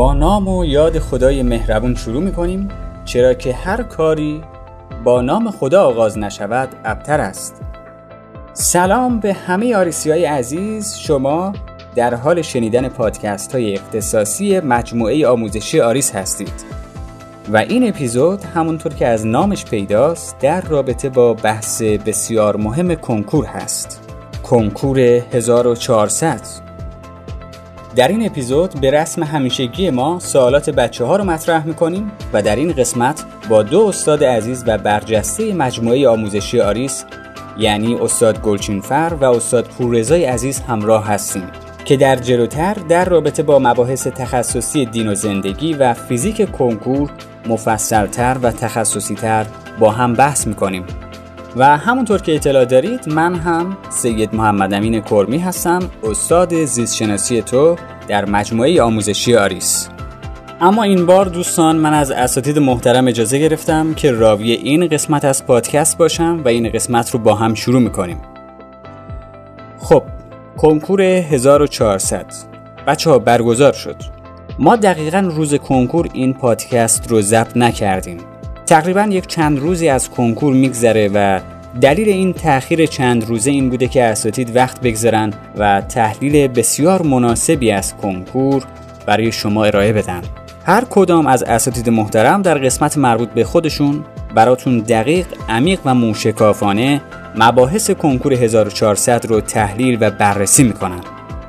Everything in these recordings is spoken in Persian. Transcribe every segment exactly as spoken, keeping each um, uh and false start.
با نام و یاد خدای مهربون شروع می‌کنیم، چرا که هر کاری با نام خدا آغاز نشود ابتر است. سلام به همه آریسی‌های عزیز، شما در حال شنیدن پادکست‌های اختصاصی مجموعه آموزشی آریس هستید و این اپیزود همونطور که از نامش پیداست در رابطه با بحث بسیار مهم کنکور هست. کنکور هزار و چهارصد. در این اپیزود به رسم همیشگی ما سوالات بچه ها رو مطرح میکنیم و در این قسمت با دو استاد عزیز و برجسته مجموعه آموزشی آریس، یعنی استاد گلچینفر و استاد پوررضای عزیز همراه هستیم که در جلوتر در رابطه با مباحث تخصصی دین و زندگی و فیزیک کنکور مفصلتر و تخصصیتر با هم بحث میکنیم. و همونطور که اطلاع دارید من هم سید محمد امین کرمی هستم، استاد زیستشناسی تو در مجموعه آموزشی آریس. اما این بار دوستان من از اساتید محترم اجازه گرفتم که راوی این قسمت از پادکست باشم و این قسمت رو با هم شروع میکنیم. خب کنکور هزار و چهارصد بچه ها برگزار شد. ما دقیقاً روز کنکور این پادکست رو ضبط نکردیم. تقریباً یک چند روزی از کنکور میگذره و دلیل این تأخیر چند روزه این بوده که اساتید وقت بگذارن و تحلیل بسیار مناسبی از کنکور برای شما ارائه بدن. هر کدام از اساتید محترم در قسمت مربوط به خودشون براتون دقیق، عمیق و موشکافانه مباحث کنکور هزار و چهارصد رو تحلیل و بررسی میکنن.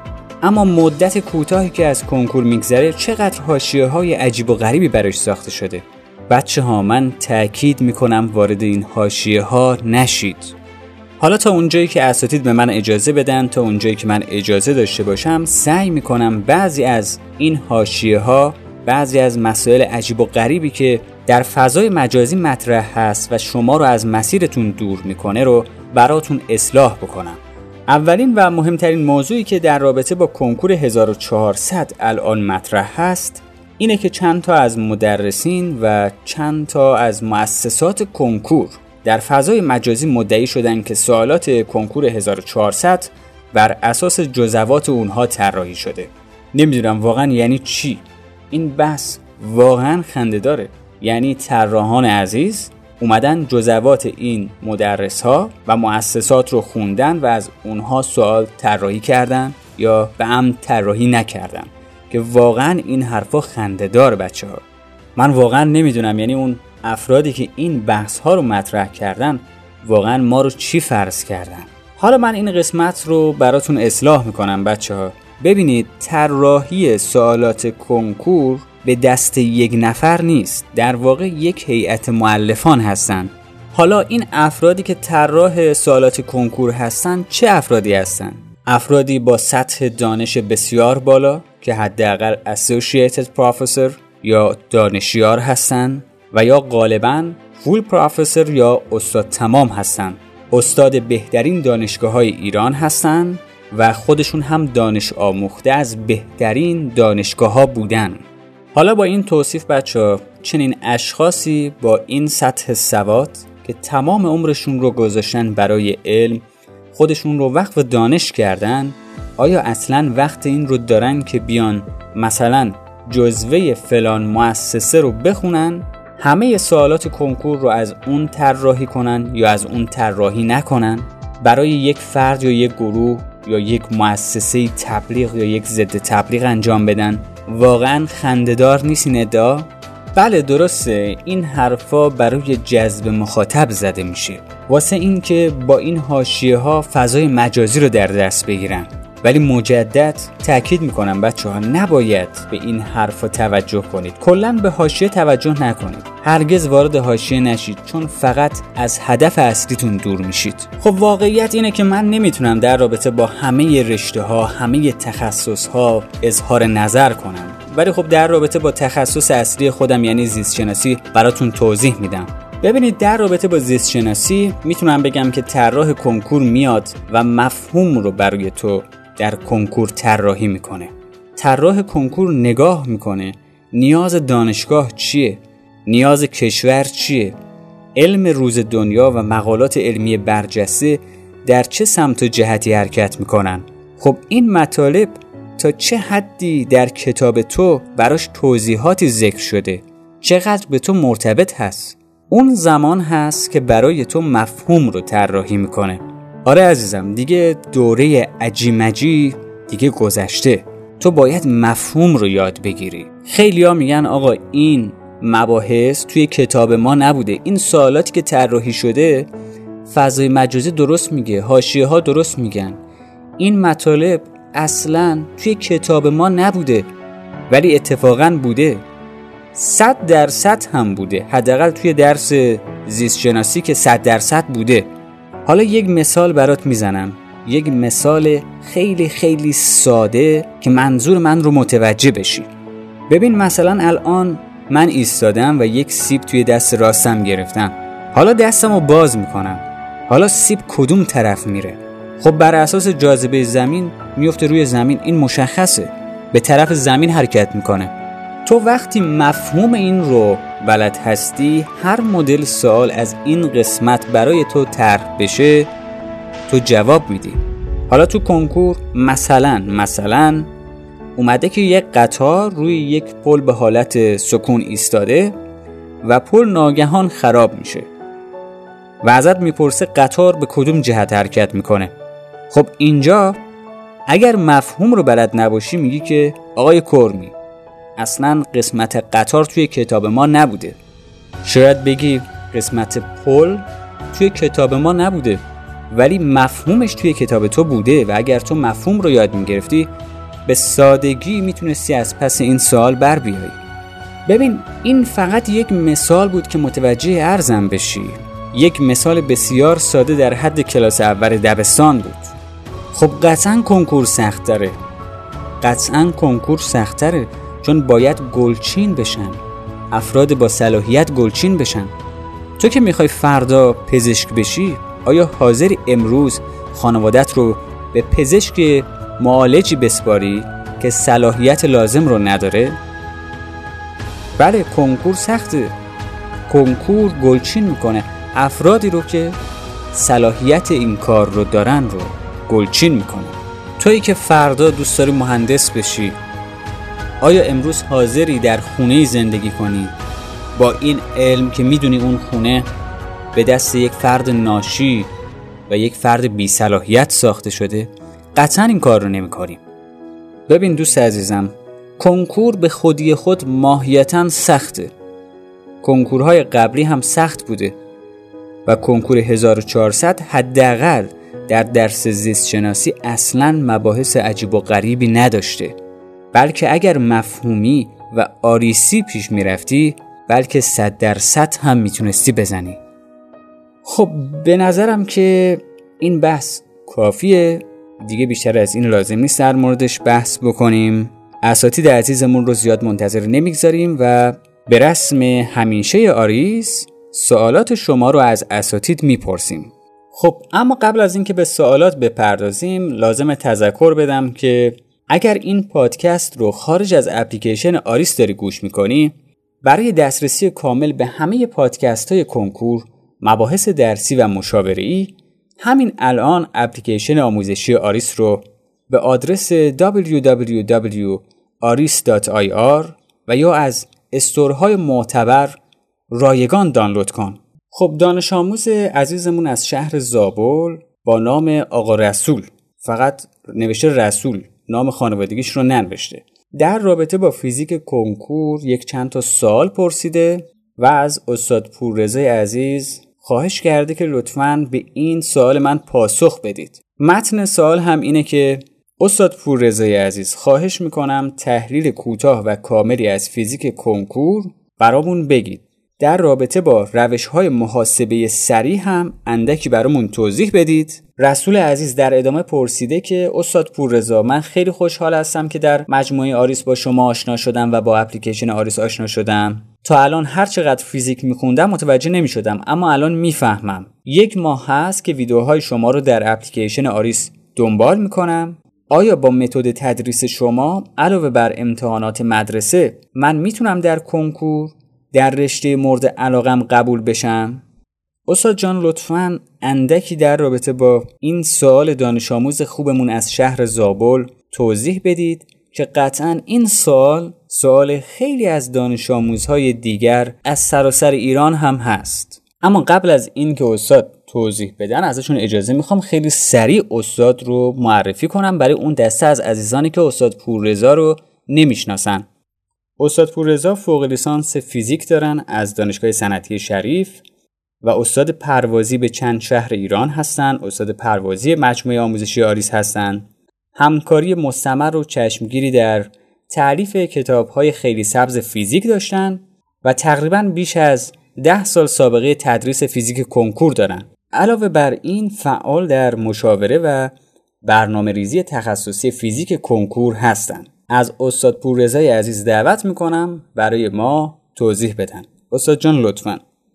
اما مدت کوتاهی که از کنکور میگذره چقدر حاشیه‌های عجیب و غریبی براش ساخته شده. بچه ها من تأکید میکنم وارد این حاشیه ها نشید. حالا تا اونجایی که اساتید به من اجازه بدن، تا اونجایی که من اجازه داشته باشم، سعی میکنم بعضی از این حاشیه ها، بعضی از مسائل عجیب و غریبی که در فضای مجازی مطرح هست و شما رو از مسیرتون دور میکنه رو براتون اصلاح بکنم. اولین و مهمترین موضوعی که در رابطه با کنکور هزار و چهارصد الان مطرح هست اینه که چند تا از مدرسین و چند تا از مؤسسات کنکور در فضای مجازی مدعی شدن که سوالات کنکور هزار و چهارصد بر اساس جزوات اونها طراحی شده. نمیدونم واقعا یعنی چی. این بحث واقعا خنده‌داره. یعنی طراحان عزیز اومدن جزوات این مدرس‌ها و مؤسسات رو خوندن و از اونها سوال طراحی کردن یا به عمد طراحی نکردن که واقعا این حرفا خنده‌دار بچه ها. من واقعا نمیدونم یعنی اون افرادی که این بحث ها رو مطرح کردن واقعا ما رو چی فرض کردن. حالا من این قسمت رو براتون اصلاح میکنم بچه ها. ببینید طراحی سوالات کنکور به دست یک نفر نیست، در واقع یک هیئت مؤلفان هستن. حالا این افرادی که طراح سوالات کنکور هستن چه افرادی هستن؟ افرادی با سطح دانش بسیار بالا که حداقل Associated Professor یا دانشیار هستن و یا غالباً فول پروفسور یا استاد تمام هستن. استاد بهترین دانشگاه‌های ایران هستن و خودشون هم دانش آموخته از بهترین دانشگاه‌ها بودن. حالا با این توصیف بچه‌ها چنین اشخاصی با این سطح سواد که تمام عمرشون رو گذاشتن برای علم، خودشون رو وقف دانش کردن، آیا اصلاً وقت این رو دارن که بیان مثلا جزوه فلان مؤسسه رو بخونن، همه سوالات کنکور رو از اون طراحی کنن یا از اون طراحی نکنن، برای یک فرد یا یک گروه یا یک مؤسسه تبلیغ یا یک ضد تبلیغ انجام بدن؟ واقعاً خنده‌دار نیست این ادعا؟ بله درسته، این حرفا برای جذب مخاطب زده میشه، واسه این که با این حاشیه ها فضای مجازی رو در دست بگیرن. ولی مجدد تأکید میکنم بچه ها نباید به این حرفا توجه کنید. کلاً به حاشیه توجه نکنید. هرگز وارد حاشیه نشید، چون فقط از هدف اصلیتون دور میشید. خب واقعیت اینه که من نمیتونم در رابطه با همه رشته ها، همه تخصص ها اظهار نظر کنم. ولی خب در رابطه با تخصص اصلی خودم یعنی زیست شناسی براتون توضیح میدم. ببینید در رابطه با زیست شناسی میتونم بگم که طراح کنکور میاد و مفهوم رو برای تو در کنکور طراحی میکنه. طراح کنکور نگاه میکنه نیاز دانشگاه چیه، نیاز کشور چیه، علم روز دنیا و مقالات علمی برجسته در چه سمت و جهتی حرکت میکنن. خب این مطالب تا چه حدی در کتاب تو براش توضیحاتی ذکر شده، چقدر به تو مرتبط هست. اون زمان هست که برای تو مفهوم رو طراحی میکنه. آره عزیزم، دیگه دوره عجیمجی دیگه گذشته. تو باید مفهوم رو یاد بگیری. خیلی ها میگن آقا این مباحث توی کتاب ما نبوده، این سوالاتی که طراحی شده فضای مجازی درست میگه، حاشیه ها درست میگن، این مطالب اصلا توی کتاب ما نبوده. ولی اتفاقا بوده، صد درصد هم بوده. حداقل توی درس زیست شناسی که صد درصد بوده. حالا یک مثال برات میزنم، یک مثال خیلی خیلی ساده که منظور من رو متوجه بشی. ببین مثلا الان من ایستادم و یک سیب توی دست راستم گرفتم. حالا دستم رو باز میکنم. حالا سیب کدوم طرف میره؟ خب بر اساس جاذبه زمین میفته روی زمین، این مشخصه، به طرف زمین حرکت میکنه. تو وقتی مفهوم این رو بلد هستی، هر مدل سوال از این قسمت برای تو طرح بشه تو جواب میدی. حالا تو کنکور مثلا مثلا اومده که یک قطار روی یک پل به حالت سکون ایستاده و پل ناگهان خراب میشه و ازت میپرسه قطار به کدوم جهت حرکت میکنه. خب اینجا اگر مفهوم رو بلد نباشی میگی که آقای کرمی اصلا قسمت قطار توی کتاب ما نبوده. شاید بگی قسمت پل توی کتاب ما نبوده ولی مفهومش توی کتاب تو بوده و اگر تو مفهوم رو یاد میگرفتی به سادگی میتونستی از پس این سوال بر بیایی. ببین این فقط یک مثال بود که متوجه عرضم بشی، یک مثال بسیار ساده در حد کلاس اول دبستان بود. خب قطعا کنکور سخت داره، قطعا کنکور سخت داره چون باید گلچین بشن، افراد با صلاحیت گلچین بشن. تو که میخوای فردا پزشک بشی، آیا حاضری امروز خانوادت رو به پزشک معالجی بسپاری که صلاحیت لازم رو نداره؟ بله کنکور سخته، کنکور گلچین میکنه افرادی رو که صلاحیت این کار رو دارن رو گلچین میکنه. تویی که فردا دوست داری مهندس بشی، آیا امروز حاضری در خونه زندگی کنی با این علم که میدونی اون خونه به دست یک فرد ناشی و یک فرد بی صلاحیت ساخته شده؟ قطعا این کار رو نمی کنیم. ببین دوست عزیزم، کنکور به خودی خود ماهیتاً سخته. کنکورهای قبلی هم سخت بوده و کنکور هزار و چهارصد حداقل در درس زیست شناسی اصلاً مباحث عجیب و غریبی نداشته، بلکه اگر مفهومی و آریسی پیش می رفتی بلکه صد درصد هم می تونستی بزنی. خب به نظرم که این بحث کافیه دیگه، بیشتر از این لازم نیست در موردش بحث بکنیم. اساتید عزیزمون رو زیاد منتظر نمیگذاریم و به رسم همیشه آریس سوالات شما رو از اساتید میپرسیم. خب اما قبل از اینکه به سوالات بپردازیم لازم تذکر بدم که اگر این پادکست رو خارج از اپلیکیشن آریس داری گوش میکنی، برای دسترسی کامل به همه پادکست های کنکور، مباحث درسی و مشاوره‌ای، همین الان اپلیکیشن آموزشی آریس رو به آدرس دبلیو دبلیو دبلیو دات آریس دات آی آر و یا از استورهای معتبر رایگان دانلود کن. خب دانش آموز عزیزمون از شهر زابل با نام آقا رسول، فقط نوشته رسول، نام خانوادگیش رو ننوشته، در رابطه با فیزیک کنکور یک چند تا سوال پرسیده و از استاد پوررضا عزیز خواهش کرده که لطفاً به این سوال من پاسخ بدید. متن سوال هم اینه که استاد پوررضا عزیز خواهش میکنم تحلیل کوتاه و کاملی از فیزیک کنکور برامون بگید. در رابطه با روش‌های محاسبه سریع هم اندکی برامون توضیح بدید. رسول عزیز در ادامه پرسیده که استاد پوررضا من خیلی خوشحال هستم که در مجموعه آریس با شما آشنا شدم و با اپلیکیشن آریس آشنا شدم. تا الان هر چقدر فیزیک میخوندم متوجه نمیشدم، اما الان میفهمم. یک ماه هست که ویدیوهای شما رو در اپلیکیشن آریس دنبال میکنم. آیا با متد تدریس شما علاوه بر امتحانات مدرسه من میتونم در کنکور در رشته مورد علاقم قبول بشم؟ استاد جان لطفاً اندکی در رابطه با این سوال دانش آموز خوبمون از شهر زابل توضیح بدید که قطعاً این سوال سوال خیلی از دانش آموزهای دیگر از سراسر ایران هم هست. اما قبل از این که استاد توضیح بدن ازشون اجازه میخوام خیلی سریع استاد رو معرفی کنم برای اون دسته از عزیزانی که استاد پوررضا رو نمیشناسن. استاد پوررضا فوق لیسانس فیزیک دارن از دانشگاه صنعتی شریف و استاد پروازی به چند شهر ایران هستن. استاد پروازی مجموعه آموزشی آریس هستن. همکاری مستمر و چشمگیری در تألیف کتاب‌های خیلی سبز فیزیک داشتن و تقریباً بیش از ده سال سابقه تدریس فیزیک کنکور دارن. علاوه بر این فعال در مشاوره و برنامه‌ریزی تخصصی فیزیک کنکور هستن. از استاد پوررضای عزیز دعوت میکنم برای ما توضیح بدن. استاد جان لطفاً.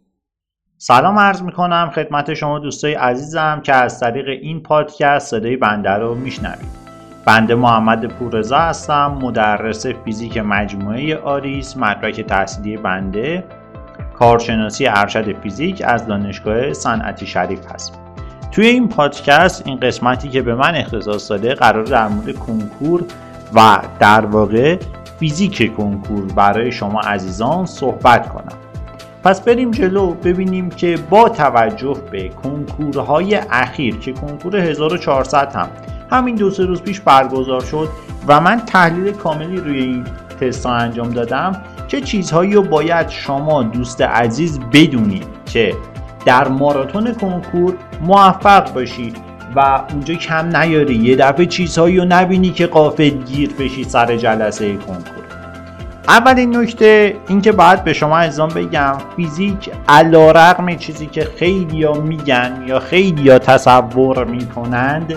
سلام عرض میکنم خدمت شما دوستای عزیزم که از طریق این پادکست صدای بنده رو میشنوید. بنده محمد پوررضا هستم، مدرس فیزیک مجموعه آریس. مدرک تحصیلی بنده کارشناسی ارشد فیزیک از دانشگاه صنعتی شریف هست. توی این پادکست این قسمتی که به من اختصاص داده قرار در مورد کنکور و در واقع فیزیک کنکور برای شما عزیزان صحبت کنم. پس بریم جلو ببینیم که با توجه به کنکورهای اخیر که کنکور هزار و چهارصد هم همین دو سه روز پیش برگزار شد و من تحلیل کاملی روی این تست ها انجام دادم، چه چیزهایی رو باید شما دوست عزیز بدونید که در ماراتون کنکور موفق باشی و اونجا کم نیاری، یه دفعه چیزهایی رو نبینی که غافلگیر بشی سر جلسه کنکور. اولین نکته این که باید به شما عزیزان بگم فیزیک علیرغم چیزی که خیلیا میگن یا خیلیا تصور میکنند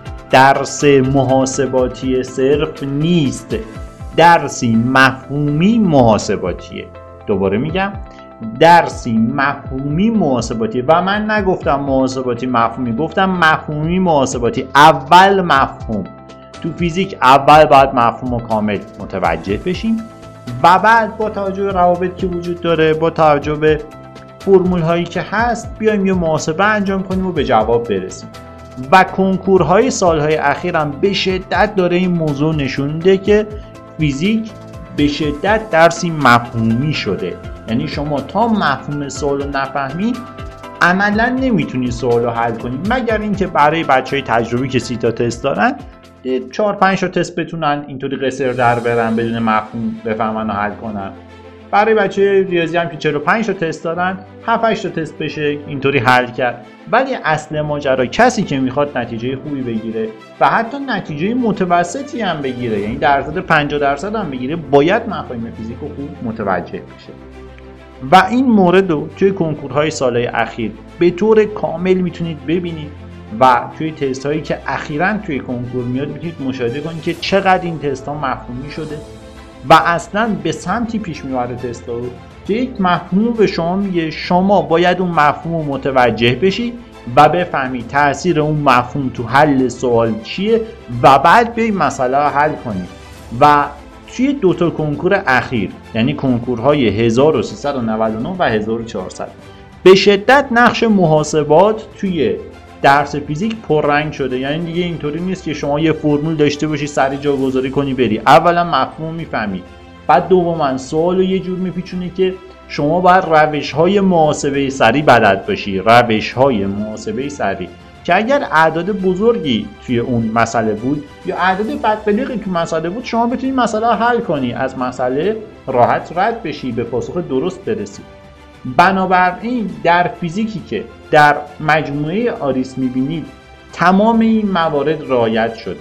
درس محاسباتی صرف نیست، درسی مفهومی محاسباتیه. دوباره میگم درسی مفهومی محاسباتی و من نگفتم محاسباتی مفهومی، گفتم مفهومی محاسباتی. اول مفهوم تو فیزیک اول باید مفهوم رو کامل متوجه بشیم و بعد با توجه به روابط که وجود داره، با توجه به فرمول هایی که هست بیایم یه محاسبه انجام کنیم و به جواب برسیم. و کنکورهای سالهای اخیرم به شدت داره این موضوع نشون میده که فیزیک به شدت درسی مفهومی شده. یعنی شما تا مفهوم سوال رو نفهمی عملا نمیتونی سوال رو حل کنی، مگر اینکه برای بچهای تجربی که سی تا تست دارن چهار پنج تا تست بتونن اینطوری قصر در برن بدون مفهوم بفهمن و حل کنن. برای بچه ریاضی هم که چهل و پنج تا تست دارن هفت هشت تا تست بشه اینطوری حل کرد. ولی اصل ماجرا کسی که میخواد نتیجه خوبی بگیره و حتی نتیجه متوسطی هم بگیره، یعنی درصد پنجاه درصد هم بگیره، باید مفاهیم فیزیک رو خوب متوجه بشه. و این مورد رو توی کنکورهای سالهای اخیر به طور کامل میتونید ببینید و توی تست هایی که اخیراً توی کنکور میاد میتونید مشاهده کنید که چقدر این تست ها مفهومی شده و اصلاً به سمتی پیش میبره تست ها رو که یک مفهوم به شما میگه، شما باید اون مفهوم رو متوجه بشی و بفهمی تأثیر اون مفهوم تو حل سوال چیه و بعد بیای مسئله رو حل کنی. و توی دوتا کنکور اخیر یعنی کنکورهای هزار و سیصد و نود و نه و هزار و چهارصد به شدت نقش محاسبات توی درس فیزیک پررنگ شده. یعنی دیگه اینطوری نیست که شما یه فرمول داشته باشی سریع جاگذاری کنی بری، اولا مفهوم میفهمی، بعد دوما سوالو یه جور میپیچونی که شما باید روش‌های محاسبه سریع بلد باشی، روش‌های محاسبه سریع که اگر اعداد بزرگی توی اون مسئله بود یا اعداد بدبلیغی تو مسئله بود شما بتونی مسئله رو حل کنی، از مسئله راحت رد بشی، به پاسخ درست برسی. بنابراین در فیزیکی که در مجموعه آریس میبینید تمام این موارد رعایت شده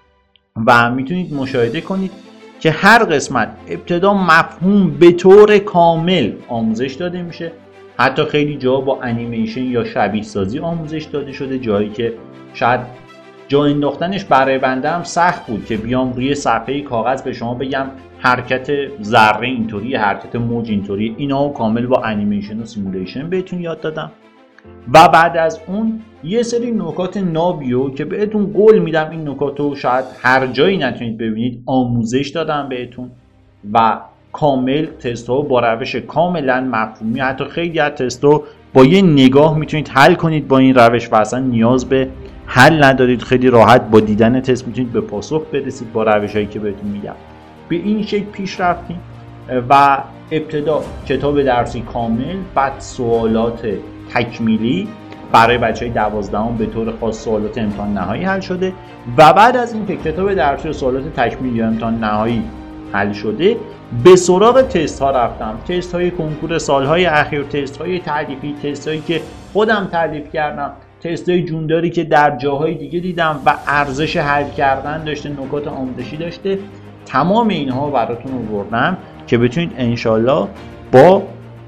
و میتونید مشاهده کنید که هر قسمت ابتدا مفهوم به طور کامل آموزش داده میشه، حتی خیلی جا با انیمیشن یا شبیه سازی آموزش داده شده، جایی که شاید جا انداختنش برای بنده هم سخت بود که بیام روی صفحه کاغذ به شما بگم حرکت ذره اینطوری، حرکت موج اینطوری، اینا کامل با انیمیشن و سیمولیشن بهتون یاد دادم. و بعد از اون یه سری نکات نابیو که بهتون قول میدم این نکاتو شاید هر جایی نتونید ببینید آموزش دادم بهتون و کامل تستو با روش کاملا مفهومی، حتی خیلی از تستو با یه نگاه میتونید حل کنید با این روش و اصلا نیاز به حل ندارید. خیلی راحت با دیدن تست میتونید به پاسخ برسید با روش‌هایی که بهتون میگم. به این شکل پیش رفتیم و ابتدا کتاب درسی کامل، بعد سوالات تکمیلی برای بچهای دوازدهم به طور خاص سوالات امتحان نهایی حل شده و بعد از این که کتاب درسی و سوالات تکمیلی یا امتحان نهایی حل شده به سراغ تست ها رفتم. تست های کنکور سالهای اخیر، تست های تعلیفی، تست هایی که خودم تعلیف کردم، تست های جونداری که در جاهای دیگه دیدم و ارزش حل کردن داشته، نکات آموزشی داشته. تمام اینها براتون آوردم که بتونید انشالله با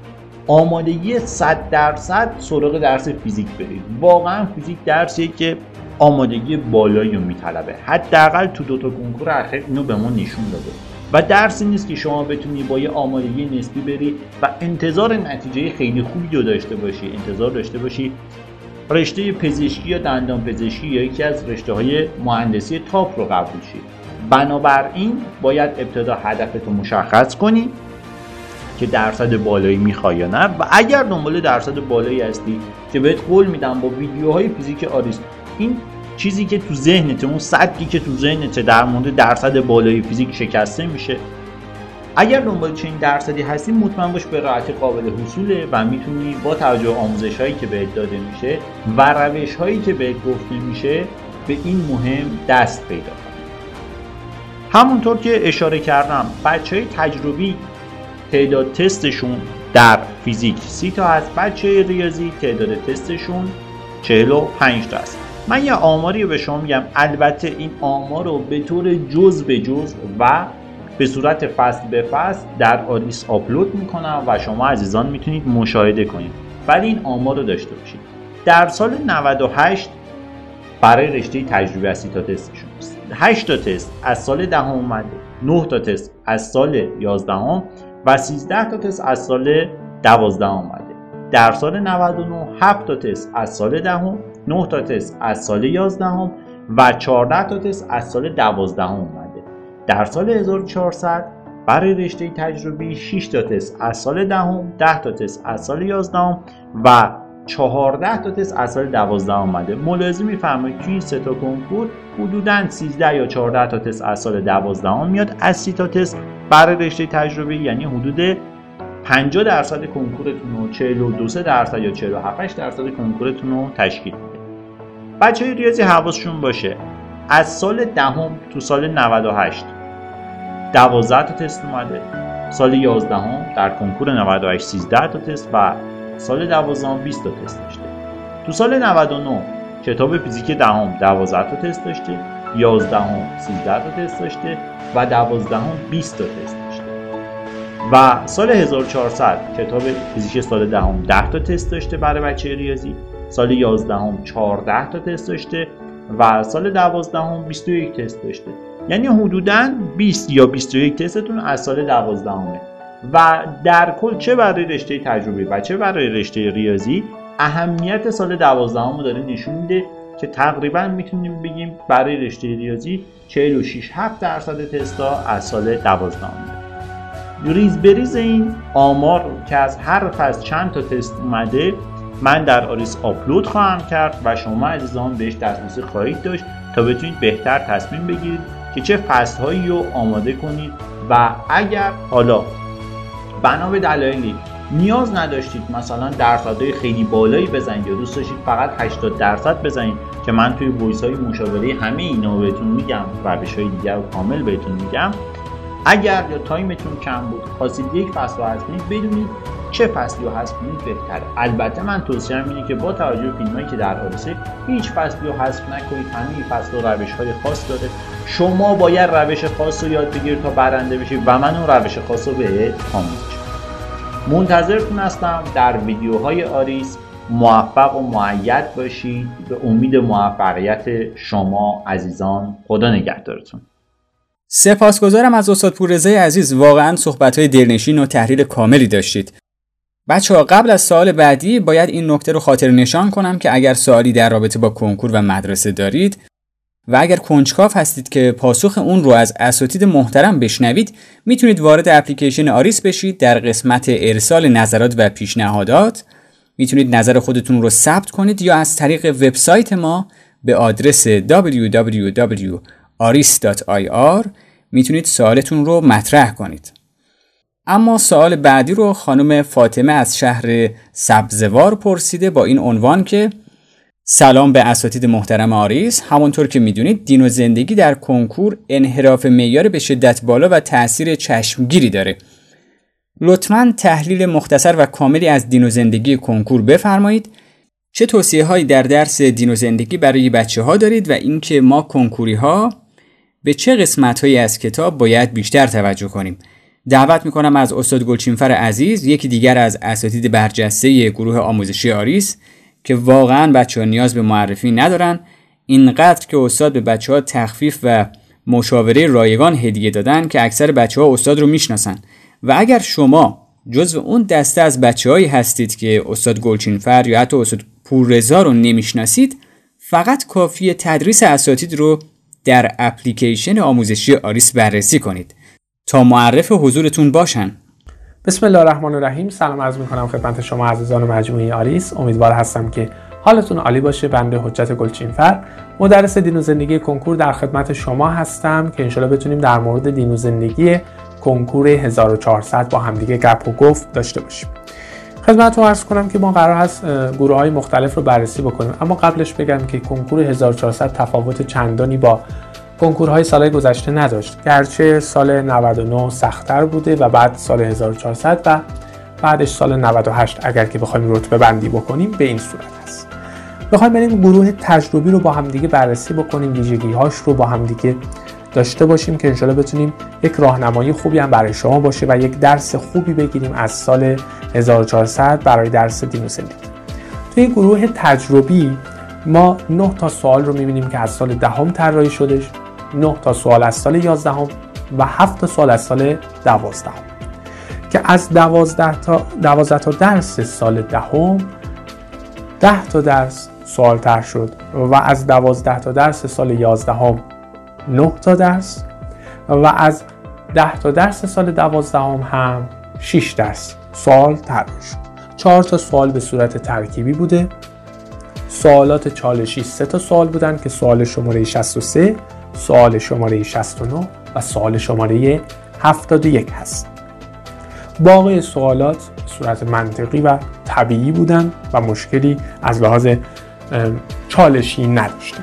آمادگی صد درصد سراغ درس فیزیک برید. واقعا فیزیک درسیه که آمادگی بالایی رو میطلبه، حداقل تو دو تا کنکور اخیر اینو به ما نشون داده و درسی نیست که شما بتونی با یه آمادگی نسبی بری و انتظار نتیجه خیلی خوبی رو داشته باشی. انتظار داشته باشی رشته پزشکی یا دندان پزشکی یا یکی از رشته‌های مهندسی تاپ رو قبول شی. بنابراین باید ابتدا هدفتو مشخص کنی که درصد بالایی میخوای یا نه و اگر دنبال درصد بالایی هستی که بهت قول میدم با ویدیوهای فیزیک آریس این چیزی که تو ذهنته، اون سدی که تو ذهنته در مورد درصد بالایی فیزیک شکسته میشه. اگر دنبال چنین درصدی هستی مطمئن باش به راحتی قابل حصوله و میتونی با توجه به آموزش هایی که بهت داده میشه و روش هایی که بهت گفته میشه به این مهم دست پیدا کنی. همونطور که اشاره کردم بچهای تجربی تعداد تستشون در فیزیک سی تا هست، بچه ریاضی تعداد تستشون چهل و پنج تا است. من یه آماری به شما میگم، البته این آمار رو به طور جز به جز و به صورت فصل به فصل در آریس آپلود میکنم و شما عزیزان میتونید مشاهده کنید، ولی این آمار رو داشته باشید. در سال نود و هشت برای رشته تجربی از سی تا تستشون است. هشت تا تست از سال دهم اومده، نه تا تست از سال یازدهم و سیزده تا تست از سال دوازدهم اومده. در سال نود و نه هفت تا تست از سال دهم، نه تا تست از سال یازدهم و چهارده تا تست از سال دوازدهم اومده. در سال هزار و چهارصد برای رشته تجربی شش تا تست از سال دهم، ده تا تست از سال یازدهم و چهارده تا تست از سال دوازدهم اومده. ملاحظه می‌فرمایید که این سه تا کنکور حدوداً سیزده یا چهارده تا تست از سال دوازدهم میاد از سی تا تست برای رشته تجربی، یعنی حدود پنجاه درصد کنکورتون رو، چهل و دو درصد یا چهل و هفت درصد کنکورتون رو تشکیل میده. بچهای ریاضی حواسشون باشه از سال دهم تو سال نود و هشت دوازده تا تست اومده، سال یازدهم در کنکور نود و هشت سیزده تا تست و سال دوازدهم بیست تا تست داشته. تو سال نود و نه کتاب فیزیک دهم دوازده تا تست داشته، یازدهم سیزده تا تست داشته و دوازدهم بیست تا تست داشته. و سال هزار و چهارصد کتاب فیزیک سال دهم ده تا تست داشته برای بچه ریاضی، سال یازدهم چهارده تا تست داشته و سال دوازدهم بیست و یک تست داشته. یعنی حدوداً بیست یا بیست و یک تستتون از سال دوازدهمه. و در کل چه برای رشته تجربی و چه برای رشته ریاضی اهمیت سال دوازدهم رو داره نشون میده که تقریبا میتونیم بگیم برای رشته ریاضی چهل و شش هفت درصد تستا از سال دوازدهم. ریز بریز این آمار که از هر فصل چند تا تست اومده من در آریس آپلود خواهم کرد و شما عزیزان بهش دسترسی خواهید داشت تا بتونید بهتر تصمیم بگیرید که چه فصل‌هایی رو آماده کنید و اگر حالا بنا به دلایلی نیاز نداشتید مثلا درصدهای خیلی بالایی بزنید یا دوست داشتید فقط هشتاد درصد بزنید که من توی وایس‌های مشاوره همه اینا بهتون میگم، روش‌های دیگر رو کامل بهتون میگم. اگر یا تایمتون کم بود خواستید یک فصل رو حذف کنید، بدونید چه فصلی رو حذف کنید بهتره. البته من توصیه‌ام اینه که با توجه به فیلمایی که در آریسه هیچ فصلی رو حذف نکنید. همه فصل و روش‌های خاص داره، شما باید روش خاص رو یاد بگیرید تا برنده بشید و من اون روش خاص رو بهت آموزش میدم. منتظرتون هستم در ویدیوهای آریس. موفق و مؤید باشید. به امید موفقیت شما عزیزان. خدا نگهدارتون. سپاسگزارم از استاد پوررضای عزیز، واقعا صحبت‌های دلنشین و تحلیل کاملی داشتید. بچه‌ها قبل از سوال بعدی باید این نکته رو خاطر نشان کنم که اگر سوالی در رابطه با کنکور و مدرسه دارید و اگر کنجکاو هستید که پاسخ اون رو از اساتید محترم بشنوید، میتونید وارد اپلیکیشن آریس بشید، در قسمت ارسال نظرات و پیشنهادات میتونید نظر خودتون رو ثبت کنید یا از طریق وبسایت ما به آدرس دبلیو دبلیو دبلیو دات آریس دات آی آر میتونید سوالتون رو مطرح کنید. اما سوال بعدی رو خانم فاطمه از شهر سبزوار پرسیده با این عنوان که سلام به اساتید محترم آریس. همونطور که میدونید دین و زندگی در کنکور انحراف معیار به شدت بالا و تأثیر چشمگیری داره. لطفاً تحلیل مختصر و کاملی از دین و زندگی کنکور بفرمایید. چه توصیه هایی در درس دین و زندگی برای بچه ها دارید و اینکه ما کنکوری ها به چه قسمت هایی از کتاب باید بیشتر توجه کنیم؟ دعوت میکنم از استاد گلچینفر عزیز، یکی دیگر از اساتید برجسته گروه آموزشی آریس که واقعاً بچه‌ها نیاز به معرفی ندارن، اینقدر که استاد به بچه‌ها تخفیف و مشاوره رایگان هدیه دادن که اکثر بچه‌ها استاد رو میشناسن. و اگر شما جزو اون دسته از بچه‌هایی هستید که استاد گلچینفر یا حتی استاد پوررضا رو نمیشناسید، فقط کافیه تدریس اساتید رو در اپلیکیشن آموزشی آریس بررسی کنید تا معرف حضورتون باشن. بسم الله الرحمن الرحیم. سلام عرض میکنم خدمت شما عزیزان مجموعه آریس. امیدوار هستم که حالتون عالی باشه. بنده حجت گلچینفر، مدرس دین و زندگی کنکور، در خدمت شما هستم که انشالله بتونیم در مورد دین و زندگی کنکور هزار و چهارصد با همدیگه گپ و گفت داشته باشیم. خدمتتون عرض کنم که ما قرار هست گروه‌های مختلف رو بررسی بکنیم، اما قبلش بگم که کنکور هزار و چهارصد تفاوت چندانی با کنکورهای سال گذشته نداشت، گرچه سال نود و نه سخت‌تر بوده و بعد سال هزار و چهارصد و بعدش سال نود و هشت اگر که بخوایم رتبه بندی بکنیم به این صورت هست. بخوایم بریم گروه تجربی رو با هم دیگه بررسی بکنیم، ویژگی‌هاش رو با هم دیگه داشته باشیم که انشالله بتونیم یک راهنمایی خوبی هم برای شما باشه و یک درس خوبی بگیریم از سال هزار و چهارصد برای درس دین و زندگی. توی گروه تجربی ما نه تا سوال رو می‌بینیم که از سال دهم طراحی شدش، نه تا سوال از سال یازدهم و هفت تا سوال از سال دوازدهم که از دوازده تا دوازده تا درس سال دهم ده تا درس سوال طرح شد و از دوازده تا درس سال یازدهم نه تا درس و از ده تا درس سال دوازدهم هم شش درس سوال طرح شد. چهار تا سوال به صورت ترکیبی بوده. سوالات چالشی سه تا سوال بودن که سوال شماره شصت و سه، سوال شماره شصت و نه و سوال شماره هفتاد و یک هست. باقی سوالات به صورت منطقی و طبیعی بودن و مشکلی از لحاظ چالشی نداشتن.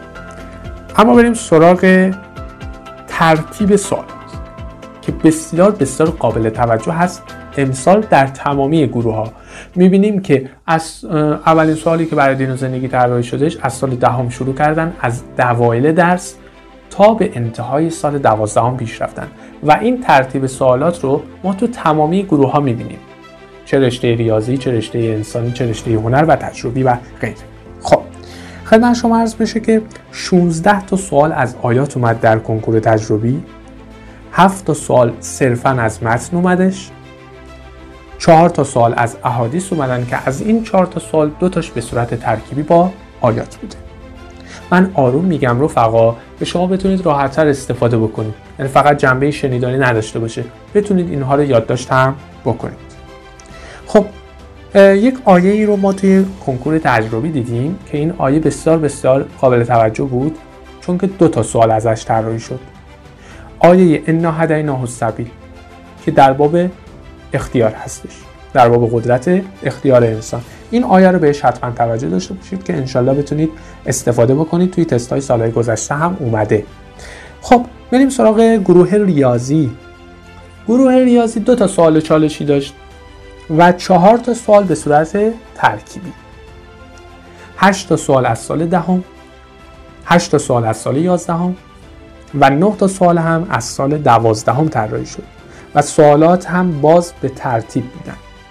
اما بریم سراغ ترتیب سوالات که بسیار بسیار قابل توجه هست. امسال در تمامی گروه ها میبینیم که از اولین سوالی که برای دین و زندگی طراحی شدهش از سال دهم شروع کردن، از اوایل درس تا به انتهای سال دوازدهم پیش رفتن و این ترتیب سوالات رو ما تو تمامی گروه ها میبینیم، چه رشته ریاضی، چه رشته انسانی، چه رشته هنر و تجربی و غیره. خب خدمت شما عرض بشه که شانزده تا سوال از آیات اومد در کنکور تجربی، هفت تا سوال صرفاً از متن اومدش، چهار تا سوال از احادیث اومدن که از این چهار تا سوال دو تاش به صورت ترکیبی با آیات بوده. من آروم میگم رفقا به شما بتونید راحت‌تر استفاده بکنید، یعنی فقط جنبه شنیدانی نداشته باشه، بتونید اینها رو یادداشت هم بکنید. خب یک آیه ای رو ما توی کنکور تجربی دیدیم که این آیه بسیار بسیار قابل توجه بود چون که دو تا سوال ازش طراحی شد. آیه انا هدیناه السبیل که در باب اختیار هستش، در باب قدرت اختیار انسان. این آیه رو بهش حتما توجه داشته باشید که انشالله بتونید استفاده بکنید. توی تست‌های سالهای گذشته هم اومده. خب بریم سراغ گروه ریاضی. گروه ریاضی دو تا سوال چالشی داشت و چهار تا سوال به صورت ترکیبی. هشت تا سوال از سال دهم، هشت تا سوال از سال یازدهم و نه تا سوال هم از سال دوازدهم طراحی شد و سوالات هم باز به ترتیب بودن.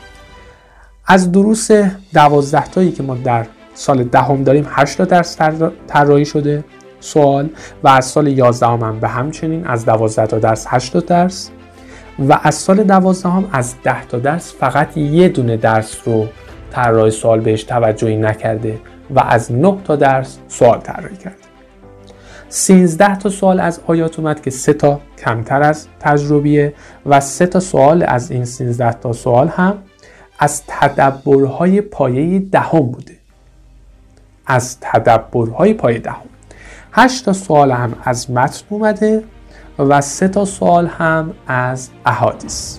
از دروس دوازده تایی که ما در سال دهم داریم هشت تا درس طراحی شده سوال و از سال یازدهم هم به همچنین از دوازده تا درس هشت تا درس و از سال دوازدهم از ده تا درس فقط یه دونه درس رو طراح سوال بهش توجهی نکرده و از نه تا درس سوال طراحی کرده. سیزده تا سوال از آیات اومد که سه تا کمتر از تجربیه و سه تا سوال از این سیزده تا سوال هم از تدبرهای پایه دهم بوده. از تدبرهای پایه دهم. هشت تا سوال هم از متن اومده و سه تا سوال هم از احادیث.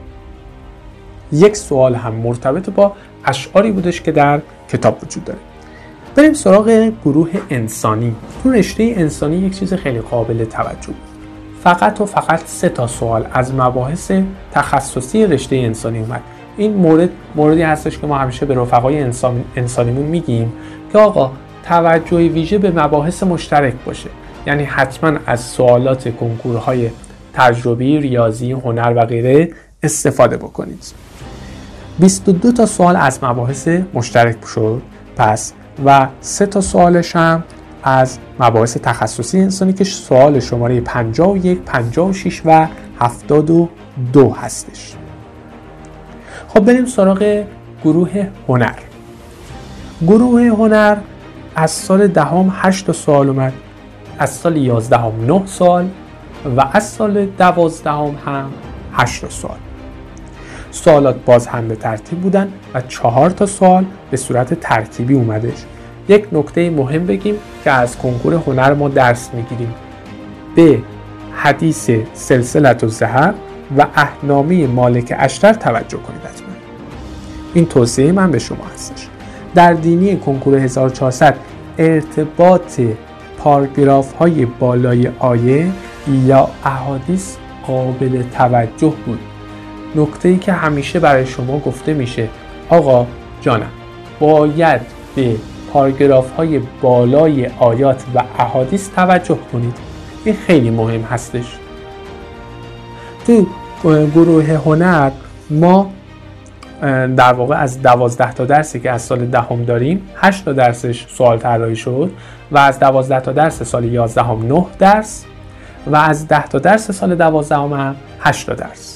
یک سوال هم مرتبط با اشعاری بودش که در کتاب وجود داره. بریم سراغ گروه انسانی. تو رشته انسانی یک چیز خیلی قابل توجه بود. فقط و فقط سه تا سوال از مباحث تخصصی رشته انسانی اومد. این مورد موردی هستش که ما همیشه به رفقای انسان انسانیمون میگیم که آقا توجه ویژه به مباحث مشترک باشه. یعنی حتما از سوالات کنکورهای تجربی، ریاضی، هنر و غیره استفاده بکنید. بیست و دو تا سوال از مباحث مشترک شد پس و سه تا سوالش هم از مباحث تخصصی انسانی که سوال شماره پنجاه و یک، پنجاه و شش و هفتاد و دو هستش. خب بریم سراغ گروه هنر. گروه هنر از سال دهم هشت تا سوال اومد، از سال یازدهم نه سوال و از سال دوازدهم هم هشت تا سوال. سوالات باز هم به ترتیب بودن و چهار تا سوال به صورت ترکیبی اومدش. یک نکته مهم بگیم که از کنکور هنر ما درس میگیریم. به حدیث سلسلة الذهب و احنامی مالک اشتر توجه کنید حتما. این توصیه من به شما هستش. در دینی کنکور هزار و چهارصد ارتباط پاراگراف های بالای آیه یا احادیث قابل توجه بود. نکته‌ای که همیشه برای شما گفته میشه آقا جانم باید به پاراگراف های بالای آیات و احادیث توجه کنید. این خیلی مهم هستش. تو گروه هنر ما در واقع از دوازده تا درسی که از سال دهم داریم هشت تا درسش سوال طراحی شد و از دوازده تا درس سال یازدهم نه درس و از ده تا درس سال دوازدهم هم هشت تا درس.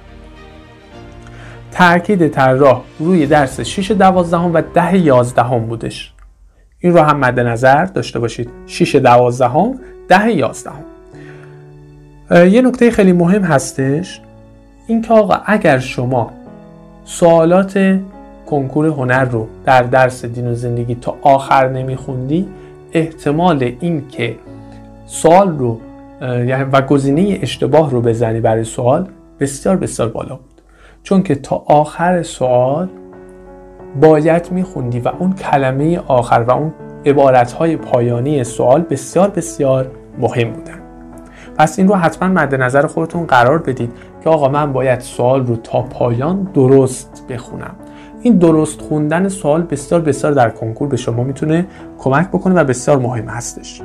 تاکید طراح روی درس شش دوازدهم و ده یازدهم بودش. این رو هم مد نظر داشته باشید. شش دوازدهم، ده یازدهم. یه نکته خیلی مهم هستش این که آقا اگر شما سوالات کنکور هنر رو در درس دین و زندگی تا آخر نمیخوندی، احتمال این که سوال رو و گزینه اشتباه رو بزنی برای سوال بسیار بسیار بالا بود. چون که تا آخر سوال باید میخوندی و اون کلمه آخر و اون عبارتهای پایانی سوال بسیار بسیار مهم بودن. پس این رو حتما مد نظر خودتون قرار بدید که آقا من باید سوال رو تا پایان درست بخونم. این درست خوندن سوال بسیار بسیار در کنکور به شما میتونه کمک بکنه و بسیار مهم هستش.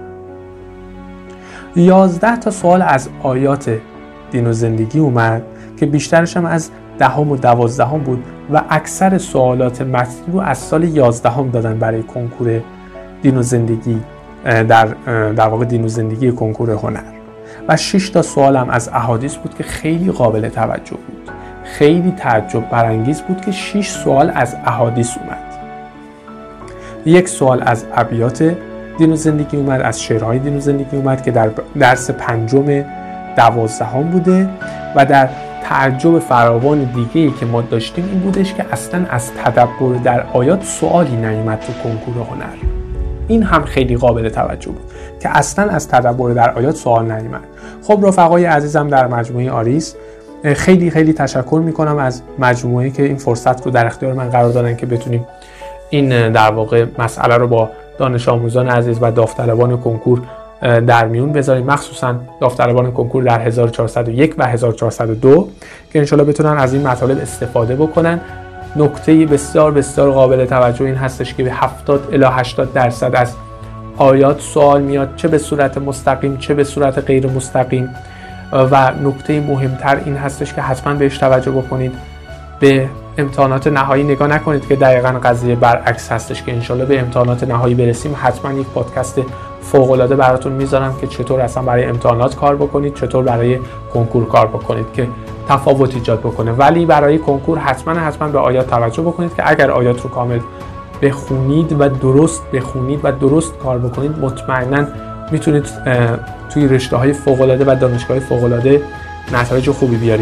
یازده تا سوال از آیات دین و زندگی اومد که بیشترش هم از دهم و دوازدهم بود و اکثر سوالات متنی رو از سال یازدهم دادن برای کنکور دین و زندگی در در واقع دین و زندگی کنکور هنر. و شش تا سوال هم از احادیث بود که خیلی قابل توجه بود. خیلی تعجب برانگیز بود که شش سوال از احادیث اومد. یک سوال از ابیات دین و زندگی اومد، از شعرهای دین و زندگی اومد که در درس پنجم دوازدهم بوده و در تعجب فراوان دیگه‌ای که ما داشتیم این بودش که اصلا از تدبر در آیات سوالی نیامد تو کنکور هنر. این هم خیلی قابل توجه بود که اصلا از تدبر در آیات سوال نیامد. خب رفقای عزیزم در مجموعه آریس، خیلی خیلی تشکر میکنم از مجموعه‌ای که این فرصت رو در اختیار من قرار دادن که بتونیم این در واقع مسئله رو با دانش آموزان عزیز و داوطلبان کنکور در میون بذاریم، مخصوصا داوطلبان کنکور در هزار و چهارصد و یک و هزار و چهارصد و دو که انشالله بتونن از این مطالب استفاده بکنن. نکته بسیار بسیار قابل توجه این هستش که به هفتاد الی هشتاد درصد از آیات سوال میاد، چه به صورت مستقیم چه به صورت غیر مستقیم. و نکته مهمتر این هستش که حتما بهش توجه بکنید. به امتحانات نهایی نگاه نکنید که دقیقاً قضیه برعکس هستش، که انشالله به امتحانات نهایی برسیم حتما یک پادکست فوق‌العاده براتون میذارم که چطور اصلا برای امتحانات کار بکنید، چطور برای کنکور کار بکنید که تفاوت ایجاد بکنه. ولی برای کنکور حتما حتما به آیات توجه بکنید که اگر آیات رو کامل بخونید و درست بخونید و درست کار بکنید، مطمئنا میتونید توی رشته‌های فوق‌العاده و دانشگاه فوق‌العاده نتایج خوبی بیارید.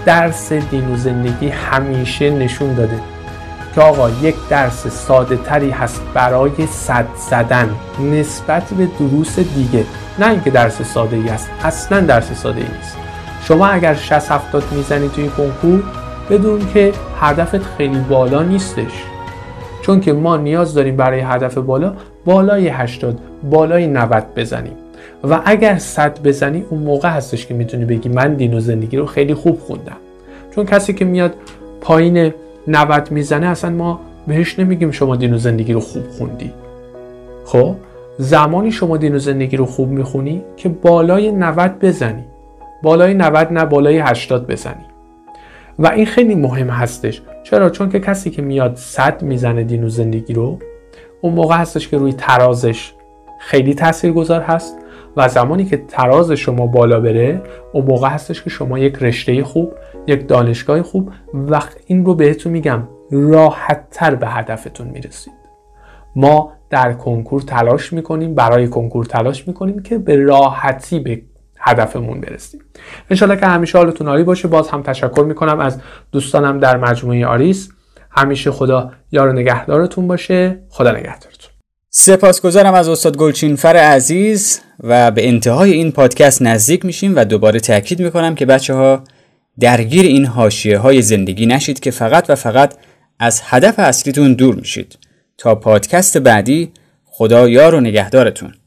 درس دین و زندگی همیشه نشون داده که آقا یک درس ساده تری هست برای صد زدن نسبت به دروس دیگه. نه اینکه درس ساده ای است، اصلا درس ساده ای نیست. شما اگر شصت هفتاد میزنی توی کنکور بدون که هدفت خیلی بالا نیستش، چون که ما نیاز داریم برای هدف بالا بالای هشتاد بالای نود بزنیم و اگر صد بزنی اون موقع هستش که میتونی بگی من دین و زندگی رو خیلی خوب خوندم. چون کسی که میاد پایین نود میزنه اصلا ما بهش نمیگیم شما دین و زندگی رو خوب خوندی. خب زمانی شما دین و زندگی رو خوب میخونی که بالای نود بزنی، بالای نود نه بالای هشتاد بزنی. و این خیلی مهم هستش. چرا؟ چون که کسی که میاد صد میزنه دین و زندگی رو اون موقع هستش که روی ترازش خیلی تاثیرگذار هست و زمانی که تراز شما بالا بره اون موقع هستش که شما یک رشته خوب، یک دانشگاه خوب و این رو بهتون میگم راحت تر به هدفتون میرسید. ما در کنکور تلاش میکنیم، برای کنکور تلاش میکنیم که به راحتی به هدفمون برسیم. انشالله که همیشه حالتون عالی باشه. باز هم تشکر میکنم از دوستانم در مجموعه آریس. همیشه خدا یار و نگهدارتون باشه. خدا نگهدارتون. سپاسگزارم از استاد گلچینفر عزیز و به انتهای این پادکست نزدیک میشیم و دوباره تاکید میکنم که بچه‌ها درگیر این حاشیه‌های زندگی نشید که فقط و فقط از هدف اصلیتون دور میشید. تا پادکست بعدی، خدا یار و نگهدارتون.